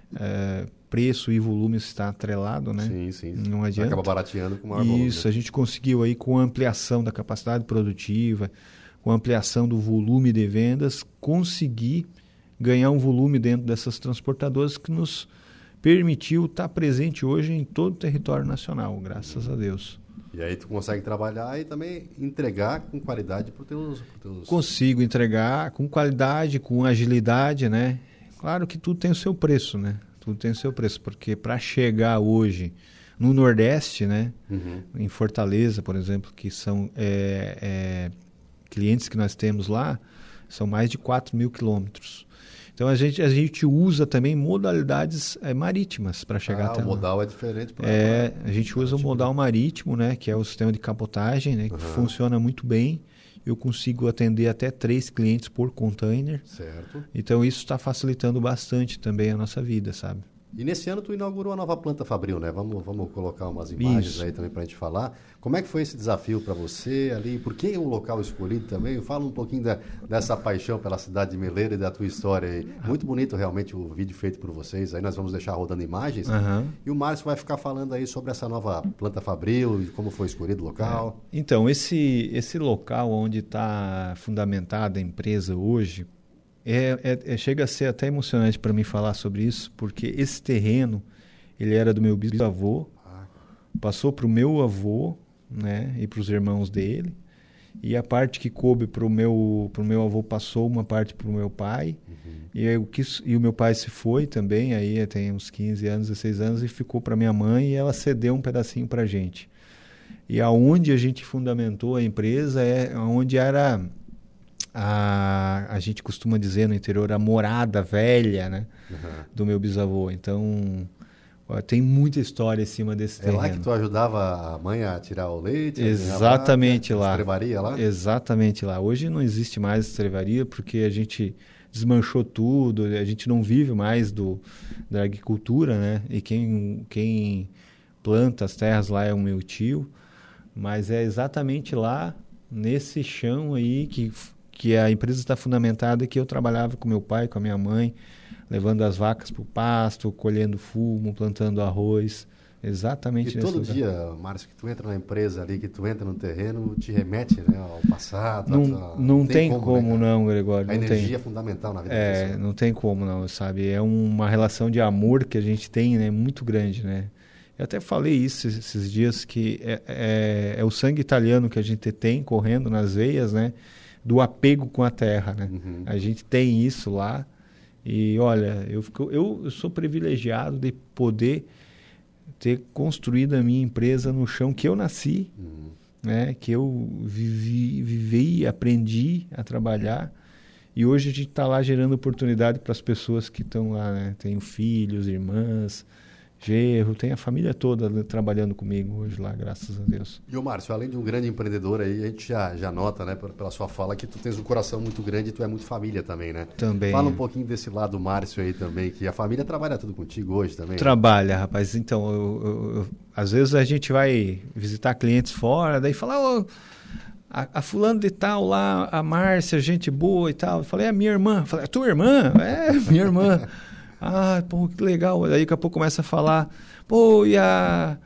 Speaker 3: é, preço e volume está atrelado, né?
Speaker 2: Sim, sim.
Speaker 3: Não adianta.
Speaker 2: Acaba barateando com maior volume.
Speaker 3: Isso, a gente conseguiu aí com a ampliação da capacidade produtiva, com a ampliação do volume de vendas, conseguir ganhar um volume dentro dessas transportadoras que nos permitiu estar presente hoje em todo o território nacional, graças a Deus.
Speaker 2: E aí tu consegue trabalhar e também entregar com qualidade para os teus, teus...
Speaker 3: Consigo entregar com qualidade, com agilidade, né? Claro que tudo tem o seu preço, né? Tudo tem o seu preço, porque para chegar hoje no Nordeste, né? Uhum. Em Fortaleza, por exemplo, que são é, é, clientes que nós temos lá, são mais de quatro mil quilômetros. Então, a gente, a gente usa também modalidades é, marítimas para chegar
Speaker 2: ah,
Speaker 3: até lá.
Speaker 2: O modal é diferente. Pra,
Speaker 3: é,
Speaker 2: pra...
Speaker 3: a gente usa o modal marítimo, né, que é o sistema de cabotagem, né, que uhum. funciona muito bem. Eu consigo atender até três clientes por container.
Speaker 2: Certo.
Speaker 3: Então, isso está facilitando bastante também a nossa vida, sabe?
Speaker 2: E nesse ano tu inaugurou a nova planta Fabril, né? Vamos, vamos colocar umas imagens Isso. aí também para a gente falar. Como é que foi esse desafio para você ali? Por que o local escolhido também? Fala um pouquinho da, dessa paixão pela cidade de Meleiro e da tua história aí. Muito bonito realmente o vídeo feito por vocês. Aí nós vamos deixar rodando imagens. Uhum. E o Márcio vai ficar falando aí sobre essa nova planta Fabril e como foi escolhido o local.
Speaker 3: É. Então, esse, esse local onde está fundamentada a empresa hoje, É, é, é, chega a ser até emocionante para mim falar sobre isso, porque esse terreno, ele era do meu bisavô, passou para o meu avô, né, e para os irmãos dele, e a parte que coube para o meu, pro meu avô passou uma parte para o meu pai, uhum. e, eu quis, e o meu pai se foi também, aí tem uns quinze anos, dezesseis anos, e ficou para minha mãe, e ela cedeu um pedacinho para a gente. E aonde a gente fundamentou a empresa é onde era... A, a gente costuma dizer no interior a morada velha, né, uhum. do meu bisavô. Então, Ó, tem muita história em cima desse
Speaker 2: é
Speaker 3: terreno.
Speaker 2: É lá que tu ajudava a mãe a tirar o leite?
Speaker 3: Exatamente
Speaker 2: a
Speaker 3: lá.
Speaker 2: Estrevaria lá?
Speaker 3: Exatamente lá. Hoje não existe mais estrevaria porque a gente desmanchou tudo, a gente não vive mais do, da agricultura, né? E quem, quem planta as terras lá é o meu tio, mas é exatamente lá, nesse chão aí, que, que a empresa está fundamentada, que eu trabalhava com meu pai, com a minha mãe, levando as vacas para o pasto, colhendo fumo, plantando arroz, exatamente
Speaker 2: e
Speaker 3: nesse
Speaker 2: todo
Speaker 3: lugar.
Speaker 2: dia, Márcio, que tu entra na empresa ali, que tu entra no terreno, te remete, né, ao passado.
Speaker 3: Não,
Speaker 2: tua...
Speaker 3: não, não tem, tem como,
Speaker 2: como né,
Speaker 3: não, Gregório.
Speaker 2: A
Speaker 3: não
Speaker 2: energia
Speaker 3: tem.
Speaker 2: é fundamental na vida
Speaker 3: é,
Speaker 2: da pessoa.
Speaker 3: Não tem como não, sabe? É uma relação de amor que a gente tem, né, muito grande, né? Eu até falei isso esses dias, que é, é, é o sangue italiano que a gente tem correndo nas veias, né? Do apego com a terra, né?
Speaker 2: Uhum.
Speaker 3: A gente tem isso lá. E, olha, eu, fico, eu, eu sou privilegiado de poder ter construído a minha empresa no chão que eu nasci,
Speaker 2: uhum.
Speaker 3: né? Que eu vivi, vivi, aprendi a trabalhar. E hoje a gente está lá gerando oportunidade para as pessoas que estão lá, né? Tenho filhos, irmãs, genro, tem a família toda trabalhando comigo hoje lá, graças a Deus.
Speaker 2: E o Márcio, além de um grande empreendedor aí, a gente já, já nota, né, pela sua fala, que tu tens um coração muito grande e tu é muito família também, né?
Speaker 3: Também.
Speaker 2: Fala um pouquinho desse lado do Márcio aí também, que a família trabalha tudo contigo hoje também.
Speaker 3: Trabalha,
Speaker 2: né?
Speaker 3: rapaz. Então, eu, eu, eu, às vezes a gente vai visitar clientes fora, daí fala, oh, a, a fulano de tal lá, a Márcia, gente boa e tal. Eu falei, é minha irmã. Eu falei, é tua irmã? É, minha irmã. Ah, pô, que legal. Aí daqui a pouco começa a falar, pô, e a,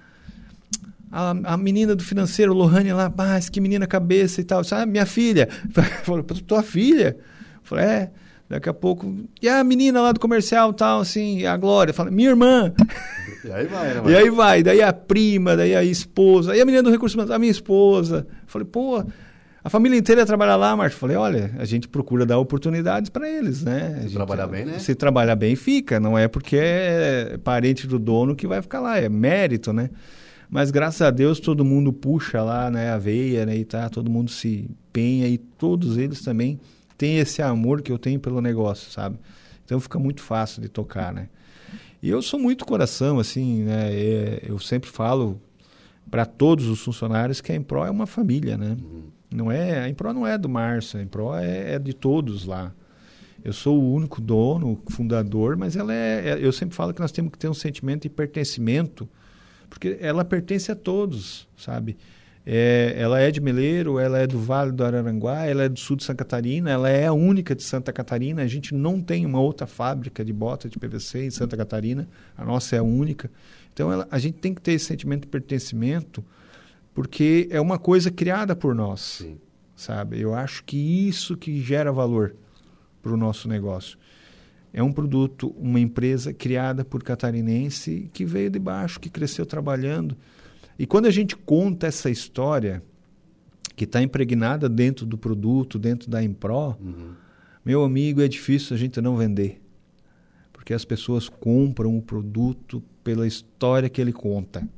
Speaker 3: a, a menina do financeiro, Lohane lá, mas que menina cabeça e tal. Ah, minha filha. Falei, tua filha? Falei, é. Daqui a pouco, e a menina lá do comercial tal, assim, a Glória. Falei, minha irmã.
Speaker 2: E aí vai, né?
Speaker 3: E aí vai, daí a prima, daí a esposa, aí a menina do recurso humano, a minha esposa. Falei, pô... A família inteira ia trabalhar lá, Márcio. Falei, olha, a gente procura dar oportunidades para eles, né?
Speaker 2: Se
Speaker 3: gente,
Speaker 2: trabalhar bem, né?
Speaker 3: Se trabalhar bem, fica. Não é porque é parente do dono que vai ficar lá, é mérito, né? Mas graças a Deus todo mundo puxa lá, né, a veia, né, e tá, todo mundo se empenha e todos eles também têm esse amor que eu tenho pelo negócio, sabe? Então fica muito fácil de tocar, né? E eu sou muito coração, assim, né? É, eu sempre falo para todos os funcionários que a Empro é uma família, né? Uhum. Não é, a Empro não é do Márcio, a Empro é, é de todos lá. Eu sou o único dono, fundador, mas ela é, é, eu sempre falo que nós temos que ter um sentimento de pertencimento, porque ela pertence a todos, sabe? É, ela é de Meleiro, ela é do Vale do Araranguá, ela é do sul de Santa Catarina, ela é a única de Santa Catarina. A gente não tem uma outra fábrica de bota de P V C em Santa Catarina, a nossa é a única. Então ela, a gente tem que ter esse sentimento de pertencimento, porque é uma coisa criada por nós, Sim. sabe? Eu acho que isso que gera valor para o nosso negócio. É um produto, uma empresa criada por catarinense que veio de baixo, que cresceu trabalhando. E quando a gente conta essa história, que está impregnada dentro do produto, dentro da Empro, uhum. meu amigo, é difícil a gente não vender. Porque as pessoas compram o produto pela história que ele conta,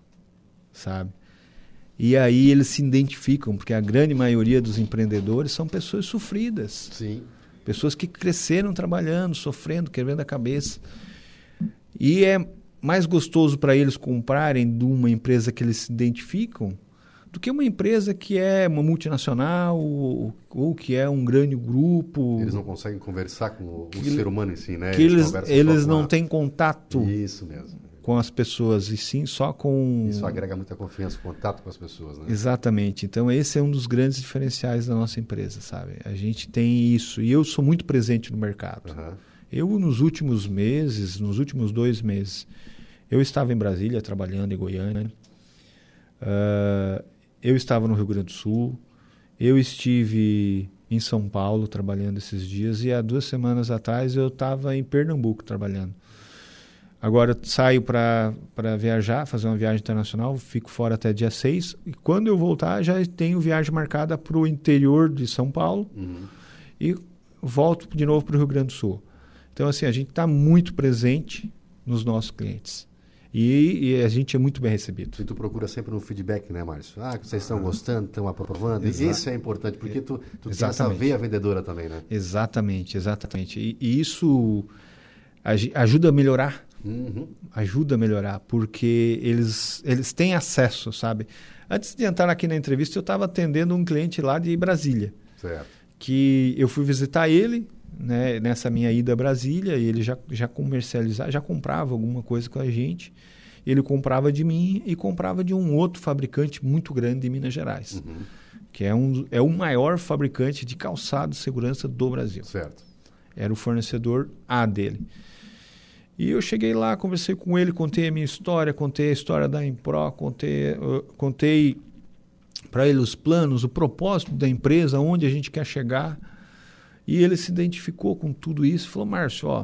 Speaker 3: sabe? E aí eles se identificam, porque a grande maioria dos empreendedores são pessoas sofridas.
Speaker 2: Sim.
Speaker 3: Pessoas que cresceram trabalhando, sofrendo, quebrando a cabeça. E é mais gostoso para eles comprarem de uma empresa que eles se identificam do que uma empresa que é uma multinacional ou, ou que é um grande grupo.
Speaker 2: Eles não conseguem conversar com o,
Speaker 3: que,
Speaker 2: o ser humano em si, né?
Speaker 3: Que eles, eles, eles não a... têm contato
Speaker 2: Isso mesmo.
Speaker 3: com as pessoas, e sim só com...
Speaker 2: Isso agrega muita confiança, contato com as pessoas, né?
Speaker 3: Exatamente. Então esse é um dos grandes diferenciais da nossa empresa, sabe? A gente tem isso, e eu sou muito presente no mercado. Uhum. Eu, nos últimos meses, nos últimos dois meses, eu estava em Brasília, trabalhando em Goiânia. Uh, eu estava no Rio Grande do Sul. Eu estive em São Paulo, trabalhando esses dias. E há duas semanas atrás, eu estava em Pernambuco, trabalhando. Agora, saio para viajar, fazer uma viagem internacional. Fico fora até dia seis. E quando eu voltar, já tenho viagem marcada para o interior de São Paulo. Uhum. E volto de novo para o Rio Grande do Sul. Então, assim, a gente está muito presente nos nossos clientes. E, e a gente é muito bem recebido.
Speaker 2: E tu procura sempre um feedback, né, Márcio? Ah, vocês estão gostando, estão aprovando. E isso é importante, porque tu, tu tem essa veia vendedora também, né?
Speaker 3: Exatamente, exatamente. E, e isso ajuda a melhorar
Speaker 2: Uhum.
Speaker 3: Ajuda a melhorar, porque eles, eles têm acesso, sabe? Antes de entrar aqui na entrevista, eu estava atendendo um cliente lá de Brasília.
Speaker 2: Certo.
Speaker 3: Que eu fui visitar ele, né, nessa minha ida a Brasília, e ele já, já comercializava, já comprava alguma coisa com a gente. Ele comprava de mim e comprava de um outro fabricante muito grande de Minas Gerais, uhum. que é, um, é o maior fabricante de calçado de segurança do Brasil.
Speaker 2: Certo.
Speaker 3: Era o fornecedor A dele. E eu cheguei lá, conversei com ele, contei a minha história, contei a história da Impro, contei, uh, contei para ele os planos, o propósito da empresa, onde a gente quer chegar. E ele se identificou com tudo isso e falou, Márcio, ó,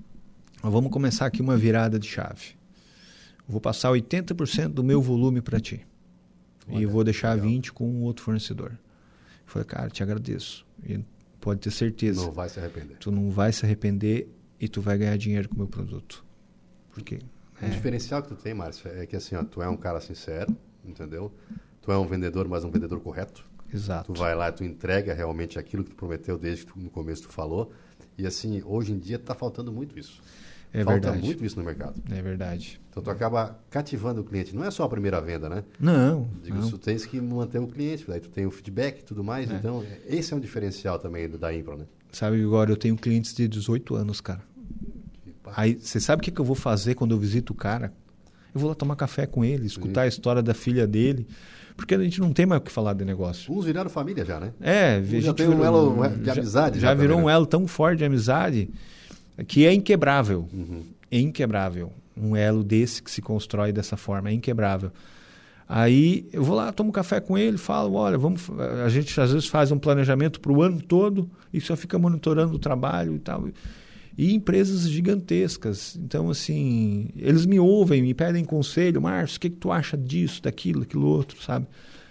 Speaker 3: vamos começar aqui uma virada de chave. Vou passar oitenta por cento do meu volume para ti. Olha, e eu vou deixar legal. vinte por cento com outro fornecedor. Eu falei, cara, te agradeço. E pode ter certeza.
Speaker 2: Não vai se arrepender.
Speaker 3: Tu não vai se arrepender e tu vai ganhar dinheiro com o meu produto. Porque...
Speaker 2: O é... diferencial que tu tem, Márcio, é que assim, ó, tu é um cara sincero, entendeu? Tu é um vendedor, mas um vendedor correto.
Speaker 3: Exato.
Speaker 2: Tu vai lá e tu entrega realmente aquilo que tu prometeu desde que tu, no começo tu falou. E assim, hoje em dia está faltando muito isso.
Speaker 3: É
Speaker 2: Falta
Speaker 3: verdade.
Speaker 2: muito isso no mercado.
Speaker 3: É verdade.
Speaker 2: Então tu acaba cativando o cliente. Não é só a primeira venda, né?
Speaker 3: Não.
Speaker 2: Digo,
Speaker 3: não.
Speaker 2: Tu tens que manter o cliente, daí tu tem o feedback e tudo mais. É. Então, esse é um diferencial também da Impro, né?
Speaker 3: Sabe, agora eu tenho clientes de dezoito anos, cara. Aí, você sabe o que, que eu vou fazer quando eu visito o cara? Eu vou lá tomar café com ele, escutar Sim. a história da filha dele. Porque a gente não tem mais o que falar de negócio.
Speaker 2: Uns viraram família já, né?
Speaker 3: É.
Speaker 2: Um já tem um elo de amizade.
Speaker 3: Já, já virou
Speaker 2: também,
Speaker 3: um
Speaker 2: né?
Speaker 3: elo tão forte de amizade que é inquebrável.
Speaker 2: Uhum.
Speaker 3: É inquebrável. Um elo desse que se constrói dessa forma, é inquebrável. Aí eu vou lá, tomo café com ele, falo, olha, vamos, a gente às vezes faz um planejamento para o ano todo e só fica monitorando o trabalho e tal. E empresas gigantescas. Então, assim, eles me ouvem, me pedem conselho, Márcio, o que, que tu acha disso, daquilo, daquilo outro, sabe?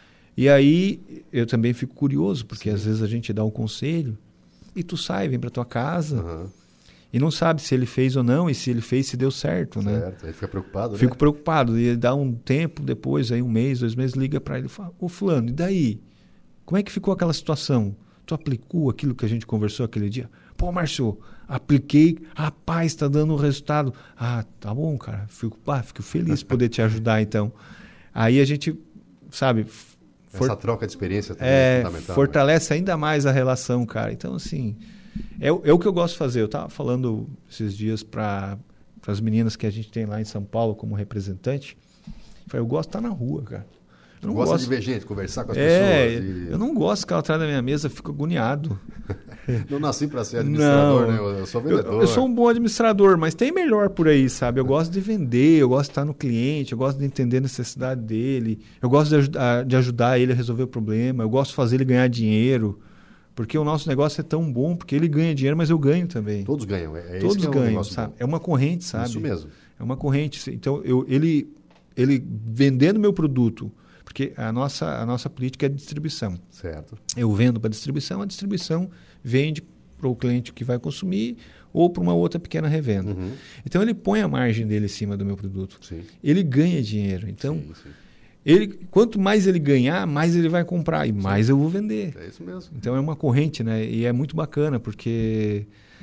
Speaker 3: E aí eu também fico curioso, porque Sim. às vezes a gente dá um conselho e tu sai, vem para tua casa...
Speaker 2: Uhum.
Speaker 3: E não sabe se ele fez ou não, e se ele fez, se deu certo, né?
Speaker 2: Certo, aí fica preocupado,
Speaker 3: Fico
Speaker 2: né?
Speaker 3: preocupado. E dá um tempo depois, aí um mês, dois meses, liga para ele e fala, ô fulano, e daí? Como é que ficou aquela situação? Tu aplicou aquilo que a gente conversou aquele dia? Pô, Márcio, apliquei, rapaz, está dando um resultado. Ah, tá bom, cara, fico, pá, fico feliz de poder te ajudar, então. Aí a gente, sabe...
Speaker 2: For... Essa troca de experiência também
Speaker 3: é,
Speaker 2: é fundamental.
Speaker 3: Fortalece
Speaker 2: né?
Speaker 3: ainda mais a relação, cara. Então, assim... É, é o que eu gosto de fazer. Eu estava falando esses dias para as meninas que a gente tem lá em São Paulo como representante. Eu falei, eu gosto de estar na rua, cara. Eu não
Speaker 2: gosta
Speaker 3: gosto
Speaker 2: de ver gente, conversar com as
Speaker 3: é,
Speaker 2: pessoas. E...
Speaker 3: Eu não gosto que ela atrás da minha mesa, eu fico agoniado.
Speaker 2: Não nasci para ser administrador,
Speaker 3: não,
Speaker 2: né? Eu sou vendedor.
Speaker 3: Eu, eu sou um bom administrador, mas tem melhor por aí, sabe? Eu gosto de vender, eu gosto de estar no cliente, eu gosto de entender a necessidade dele, eu gosto de ajudar, de ajudar ele a resolver o problema, eu gosto de fazer ele ganhar dinheiro. Porque o nosso negócio é tão bom, porque ele ganha dinheiro, mas eu ganho também.
Speaker 2: Todos ganham. É
Speaker 3: Todos
Speaker 2: esse que é
Speaker 3: ganham,
Speaker 2: um
Speaker 3: sabe?
Speaker 2: bom.
Speaker 3: É uma corrente, sabe?
Speaker 2: Isso mesmo.
Speaker 3: É uma corrente. Então, eu, ele, ele vendendo meu produto, porque a nossa, a nossa política é de distribuição.
Speaker 2: Certo.
Speaker 3: Eu vendo para distribuição, a distribuição vende para o cliente que vai consumir ou para uma outra pequena revenda. Uhum. Então, ele põe a margem dele em cima do meu produto.
Speaker 2: Sim.
Speaker 3: Ele ganha dinheiro. Então...
Speaker 2: Sim, sim.
Speaker 3: Ele, quanto mais ele ganhar, mais ele vai comprar e mais Sim. eu vou vender.
Speaker 2: É isso mesmo.
Speaker 3: Então é uma corrente, né? E é muito bacana, porque...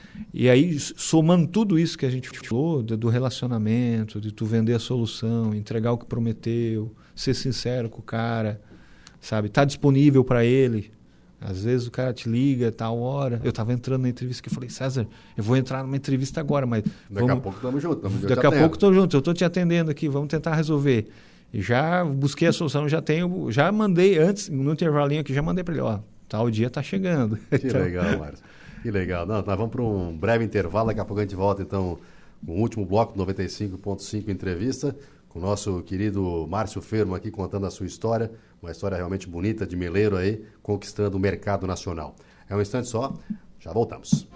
Speaker 3: E aí, somando tudo isso que a gente falou, do relacionamento, de tu vender a solução, entregar o que prometeu, ser sincero com o cara, sabe? Tá disponível para ele. Às vezes o cara te liga, tal hora. Eu estava entrando na entrevista que eu falei, César, eu vou entrar numa entrevista agora, mas...
Speaker 2: Daqui
Speaker 3: vamos...
Speaker 2: a pouco estamos juntos. Tamo
Speaker 3: Daqui a pouco estou junto, eu estou te atendendo aqui, vamos tentar resolver. E já busquei a solução, já tenho, já mandei antes, no intervalinho aqui, já mandei para ele, ó, tal dia está chegando.
Speaker 2: Que
Speaker 3: então...
Speaker 2: legal, Márcio. Que legal. Não, nós vamos para um breve intervalo, daqui a pouco a gente volta, então, com o último bloco do noventa e cinco ponto cinco entrevista, com o nosso querido Márcio Fermo aqui contando a sua história, uma história realmente bonita de meleiro aí, conquistando o mercado nacional. É um instante só, já voltamos.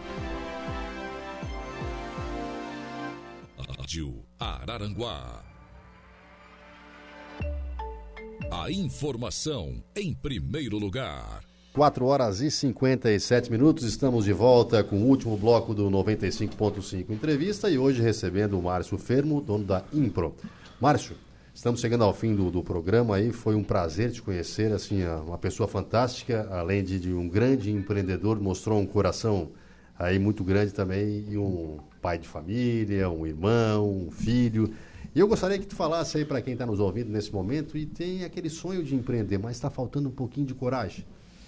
Speaker 1: Rádio Araranguá. A informação em primeiro lugar.
Speaker 2: quatro horas e cinquenta e sete minutos, estamos de volta com o último bloco do noventa e cinco ponto cinco entrevista e hoje recebendo o Márcio Fermo, dono da Impro. Márcio, estamos chegando ao fim do, do programa aí, foi um prazer te conhecer, assim, uma pessoa fantástica, além de, de um grande empreendedor, mostrou um coração aí muito grande também, e um pai de família, um irmão, um filho. E eu gostaria que tu falasse aí para quem está nos ouvindo nesse momento e tem aquele sonho de empreender, mas está faltando um pouquinho de coragem.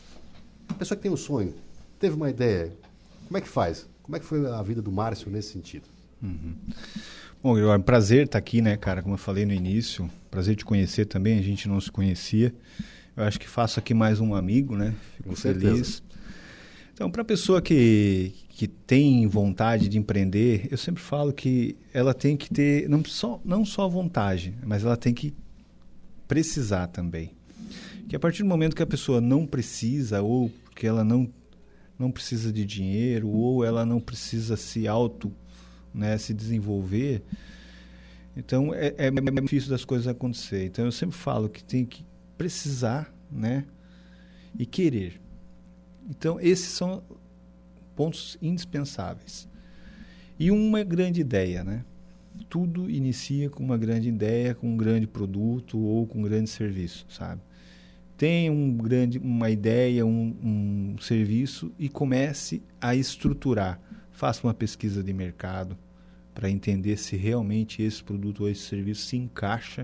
Speaker 2: A pessoa que tem um sonho, teve uma ideia, como é que faz? Como é que foi a vida do Márcio nesse sentido?
Speaker 3: Uhum. Bom, é um prazer estar aqui, né, cara? Como eu falei no início, prazer te conhecer também, a gente não se conhecia. Eu acho que faço aqui mais um amigo, né? Fico
Speaker 2: Com
Speaker 3: feliz.
Speaker 2: certeza.
Speaker 3: Então, para a pessoa que, que tem vontade de empreender, eu sempre falo que ela tem que ter, não só, não só vontade, mas ela tem que precisar também. Que a partir do momento que a pessoa não precisa, ou que ela não, não precisa de dinheiro, ou ela não precisa se auto, né, se desenvolver, então é, é, é difícil das coisas acontecer. Então, eu sempre falo que tem que precisar, né, e querer. Então, esses são pontos indispensáveis. E uma grande ideia, né? Tudo inicia com uma grande ideia, com um grande produto ou com um grande serviço, sabe? Tenha um grande, uma ideia, um, um serviço e comece a estruturar. Faça uma pesquisa de mercado para entender se realmente esse produto ou esse serviço se encaixa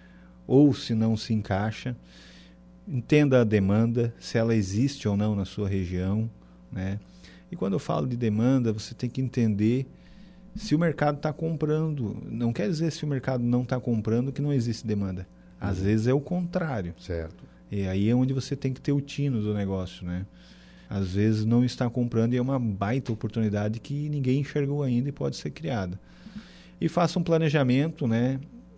Speaker 3: ou se não se encaixa. Entenda a demanda, se ela existe ou não na sua região, né? E quando eu falo de demanda, você tem que entender se o mercado está comprando. Não quer dizer se o mercado não está comprando que não existe demanda. Às uhum. vezes é o contrário.
Speaker 2: Certo.
Speaker 3: E aí é onde você tem que ter o tino do negócio, né? Às vezes não está comprando e é uma baita oportunidade que ninguém enxergou ainda e pode ser criada. E faça um planejamento, né?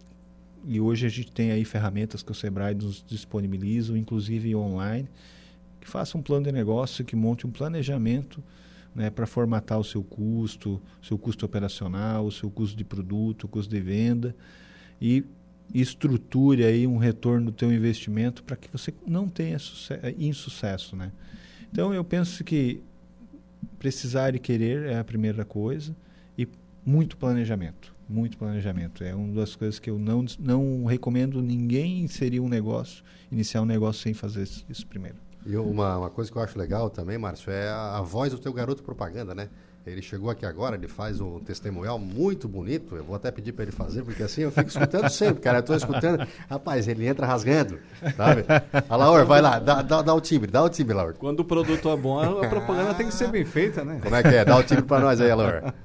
Speaker 3: E hoje a gente tem aí ferramentas que o Sebrae nos disponibiliza, inclusive online, que faça um plano de negócio, que monte um planejamento, né, para formatar o seu custo, seu custo operacional, o seu custo de produto, o custo de venda, e estruture aí um retorno do teu investimento para que você não tenha insucesso, né? Então, eu penso que precisar e querer é a primeira coisa, e muito planejamento. Muito planejamento. É uma das coisas que eu não, não recomendo ninguém inserir um negócio, iniciar um negócio sem fazer isso primeiro.
Speaker 2: E uma, uma coisa que eu acho legal também, Márcio, é a, a voz do teu garoto propaganda, né? Ele chegou aqui agora, ele faz um testemunhal muito bonito, eu vou até pedir para ele fazer, porque assim eu fico escutando sempre, cara, eu estou escutando, rapaz, ele entra rasgando, sabe? A Laura, vai lá, dá, dá, dá o timbre, dá o timbre, Laura.
Speaker 4: Quando o produto é bom, a propaganda tem que ser bem feita, né?
Speaker 2: Como é que é? Dá o timbre para nós aí, Laura.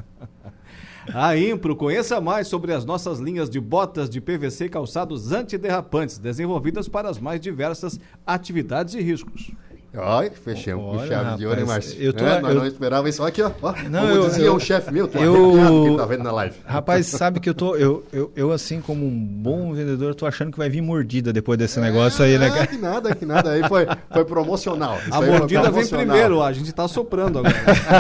Speaker 4: A Impro, conheça mais sobre as nossas linhas de botas de P V C e calçados antiderrapantes, desenvolvidas para as mais diversas atividades e riscos.
Speaker 2: Olha, fechamos com chave rapaz, de ouro, hein, Márcio?
Speaker 3: Eu tô,
Speaker 2: é, nós
Speaker 3: eu...
Speaker 2: não esperava isso. Aqui, ó. ó
Speaker 3: não,
Speaker 2: como
Speaker 3: eu,
Speaker 2: dizia
Speaker 3: eu,
Speaker 2: um chefe meu, tô
Speaker 3: eu,
Speaker 2: arrepiado que tá vendo na live.
Speaker 3: Rapaz, sabe que eu tô, eu, eu, eu assim como um bom vendedor, tô achando que vai vir mordida depois desse é, negócio aí, né, cara?
Speaker 2: Que nada, que nada, aí foi, foi promocional. Isso
Speaker 4: a mordida vem primeiro, ó, a gente tá soprando agora.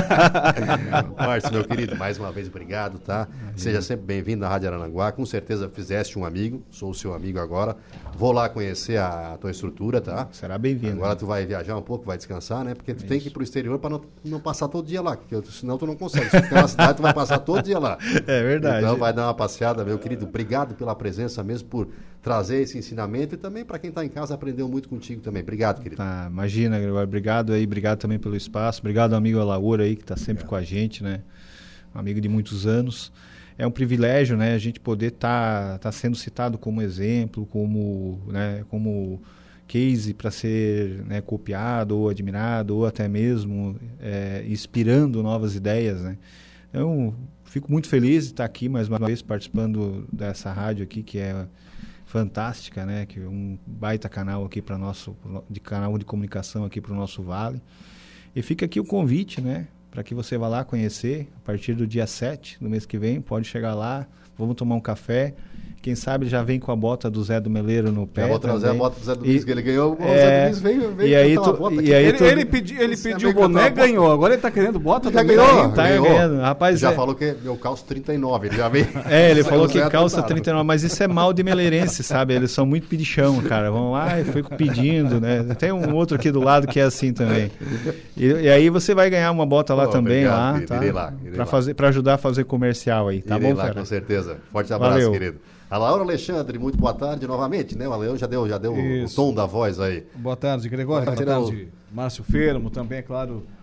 Speaker 2: Márcio, meu querido, mais uma vez, obrigado, tá? Uhum. Seja sempre bem-vindo à Rádio Aranaguá, com certeza fizeste um amigo, sou o seu amigo agora, vou lá conhecer a, a tua estrutura, tá?
Speaker 3: Será bem-vindo.
Speaker 2: Agora tu vai viajar um pouco, vai descansar, né? Porque tu Isso. tem que ir pro exterior para não, não passar todo dia lá, porque senão tu não consegue. Se tu ficar na cidade, tu vai passar todo dia lá.
Speaker 3: É verdade.
Speaker 2: Então vai dar uma passeada, meu querido. Obrigado pela presença mesmo, por trazer esse ensinamento e também para quem está em casa aprendeu muito contigo também. Obrigado, querido.
Speaker 3: Ah, imagina, Gregório. Obrigado aí, obrigado também pelo espaço. Obrigado ao amigo Alaura aí, que está sempre é. com a gente, né? Um amigo de muitos anos. É um privilégio, né? A gente poder estar tá, tá sendo citado como exemplo, como, né, como case para ser, né, copiado ou admirado ou até mesmo é, inspirando novas ideias, né? Então, fico muito feliz de estar aqui mais uma vez participando dessa rádio aqui, que é fantástica, né? Que é um baita canal aqui para nosso de canal de comunicação aqui para o nosso Vale. E fica aqui o convite, né? Para que você vá lá conhecer a partir do dia sete do mês que vem, pode chegar lá, vamos tomar um café. Quem sabe já vem com a bota do Zé do Meleiro no pé.
Speaker 2: Eu vou trazer
Speaker 3: também.
Speaker 2: a bota do Zé do Luiz, que ele ganhou. O
Speaker 3: é,
Speaker 2: Zé do Luiz veio, veio
Speaker 3: e aí tu,
Speaker 2: uma bota.
Speaker 3: E aí
Speaker 4: ele,
Speaker 3: tu,
Speaker 4: ele, pedi, ele pediu o boné e ganhou. Agora ele tá querendo bota.
Speaker 2: Já ganhou.
Speaker 3: Tá
Speaker 2: ganhou.
Speaker 3: ganhando. Rapaz,
Speaker 2: já
Speaker 3: é...
Speaker 2: falou que eu calço trinta e nove. Ele já veio.
Speaker 3: É, ele falou que calça trinta e nove. Mas isso é mal de meleirense, sabe? Eles são muito pedichão, cara. Vão lá e ficam pedindo, né? Tem um outro aqui do lado que é assim também. E, e aí você vai ganhar uma bota lá oh, também. Obrigado, lá, tá? Irei lá. Irei pra, fazer, pra ajudar a fazer comercial aí. Tá
Speaker 2: irei
Speaker 3: bom,
Speaker 2: lá,
Speaker 3: cara?
Speaker 2: Com certeza. Forte abraço, Valeu. querido. A Laura Alexandre, muito boa tarde novamente, né? O Leão já deu, já deu o tom da voz aí.
Speaker 4: Boa tarde, Gregório. Boa tarde, o... Márcio Fermo, também, é claro,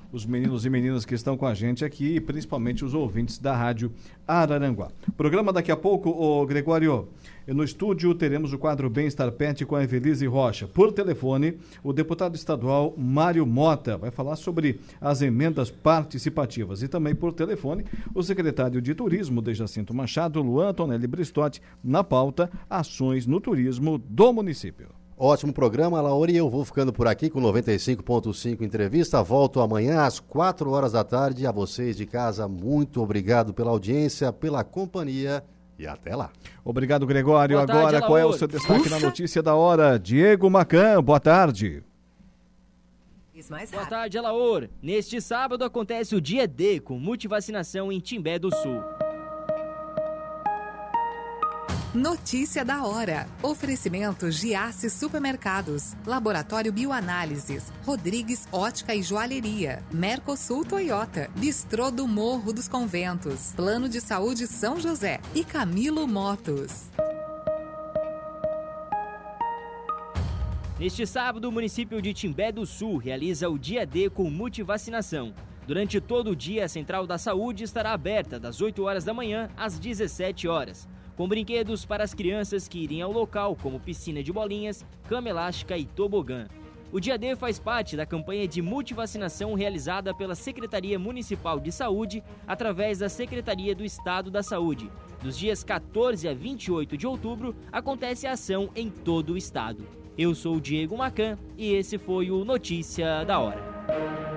Speaker 4: os meninos e meninas que estão com a gente aqui e principalmente os ouvintes da Rádio Araranguá. Programa daqui a pouco, ô Gregório. No estúdio teremos o quadro Bem-Estar Pet com a Evelise Rocha. Por telefone, o deputado estadual Mário Mota vai falar sobre as emendas participativas. E também por telefone, o secretário de Turismo de Jacinto Machado, Luan Tonelli Bristotti, na pauta Ações no Turismo do município.
Speaker 2: Ótimo programa, Laura, e eu vou ficando por aqui com noventa e cinco ponto cinco Entrevista. Volto amanhã às quatro horas da tarde. A vocês de casa, muito obrigado pela audiência, pela companhia. E até lá.
Speaker 4: Obrigado, Gregório.
Speaker 5: Boa tarde,
Speaker 4: Agora, qual é o seu destaque Ufa. na notícia da hora? Diego Macan, boa tarde.
Speaker 5: Boa tarde, Alaor. Neste sábado acontece o Dia D com multivacinação em Timbé do Sul.
Speaker 6: Notícia da hora. Oferecimento Giasse Supermercados, Laboratório Bioanálises, Rodrigues Ótica e Joalheria, Mercosul Toyota, Bistrô do Morro dos Conventos, Plano de Saúde São José e Camilo Motos.
Speaker 5: Neste sábado, o município de Timbé do Sul realiza o Dia D com multivacinação. Durante todo o dia, a Central da Saúde estará aberta das oito horas da manhã às dezessete horas. Com brinquedos para as crianças que irem ao local, como piscina de bolinhas, cama elástica e tobogã. O Dia D faz parte da campanha de multivacinação realizada pela Secretaria Municipal de Saúde através da Secretaria do Estado da Saúde. Dos dias quatorze a vinte e oito de outubro, acontece a ação em todo o estado. Eu sou o Diego Macan e esse foi o Notícia da Hora.